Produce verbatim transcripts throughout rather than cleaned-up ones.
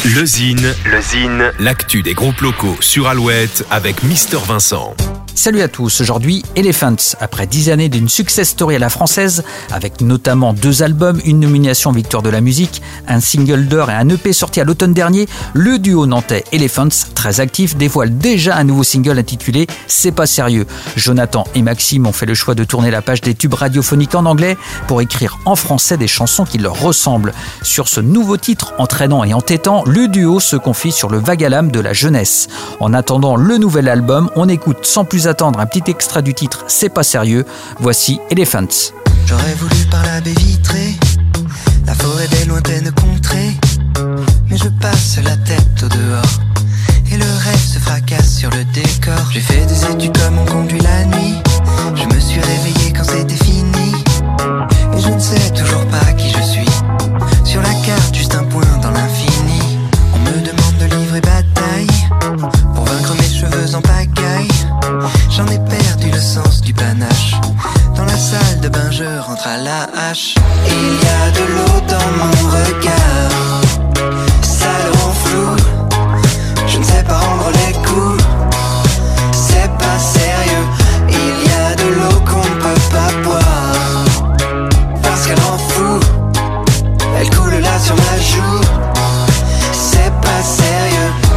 Le Zine, le Zine, l'actu des groupes locaux sur Alouette avec Mister Vincent. Salut à tous, aujourd'hui Elephants. Après dix années d'une success story à la française, avec notamment deux albums, une nomination victoire de la musique, un single d'or et un E P sorti à l'automne dernier, le duo nantais Elephants, très actif, dévoile déjà un nouveau single intitulé « C'est pas sérieux ». Jonathan et Maxime ont fait le choix de tourner la page des tubes radiophoniques en anglais pour écrire en français des chansons qui leur ressemblent. Sur ce nouveau titre entraînant et entêtant, le duo se confie sur le vague à l'âme de la jeunesse. En attendant le nouvel album, on écoute sans plus attendre un petit extrait du titre « C'est pas sérieux ». Voici Elephants. J'aurais voulu par la baie vitrée, la forêt des lointaines contrées, mais je passe la tête au dehors et le rêve se fracasse sur le décor. J'ai fait des études comme on conduit la nuit, je me suis réveillé quand c'était fini, et je ne sais toujours pas qui je suis. Sur la carte, juste un point dans l'infini. On me demande de livrer bataille pour vaincre mes cheveux en pagaille. J'en ai perdu le sens du panache. Dans la salle de bain je rentre à la hache. Il y a de l'eau dans mon regard, ça le rend flou. Je ne sais pas rendre les coups, c'est pas sérieux. Il y a de l'eau qu'on ne peut pas boire, parce qu'elle rend fou. Elle coule là sur ma joue, c'est pas sérieux.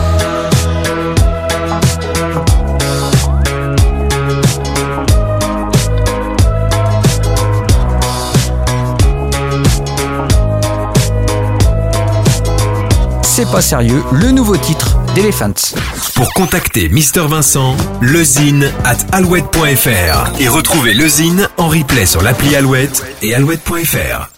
C'est pas sérieux, le nouveau titre d'Elephants. Pour contacter Mister Vincent, lezine at alouette point fr et retrouver le Zine en replay sur l'appli Alouette et alouette point fr.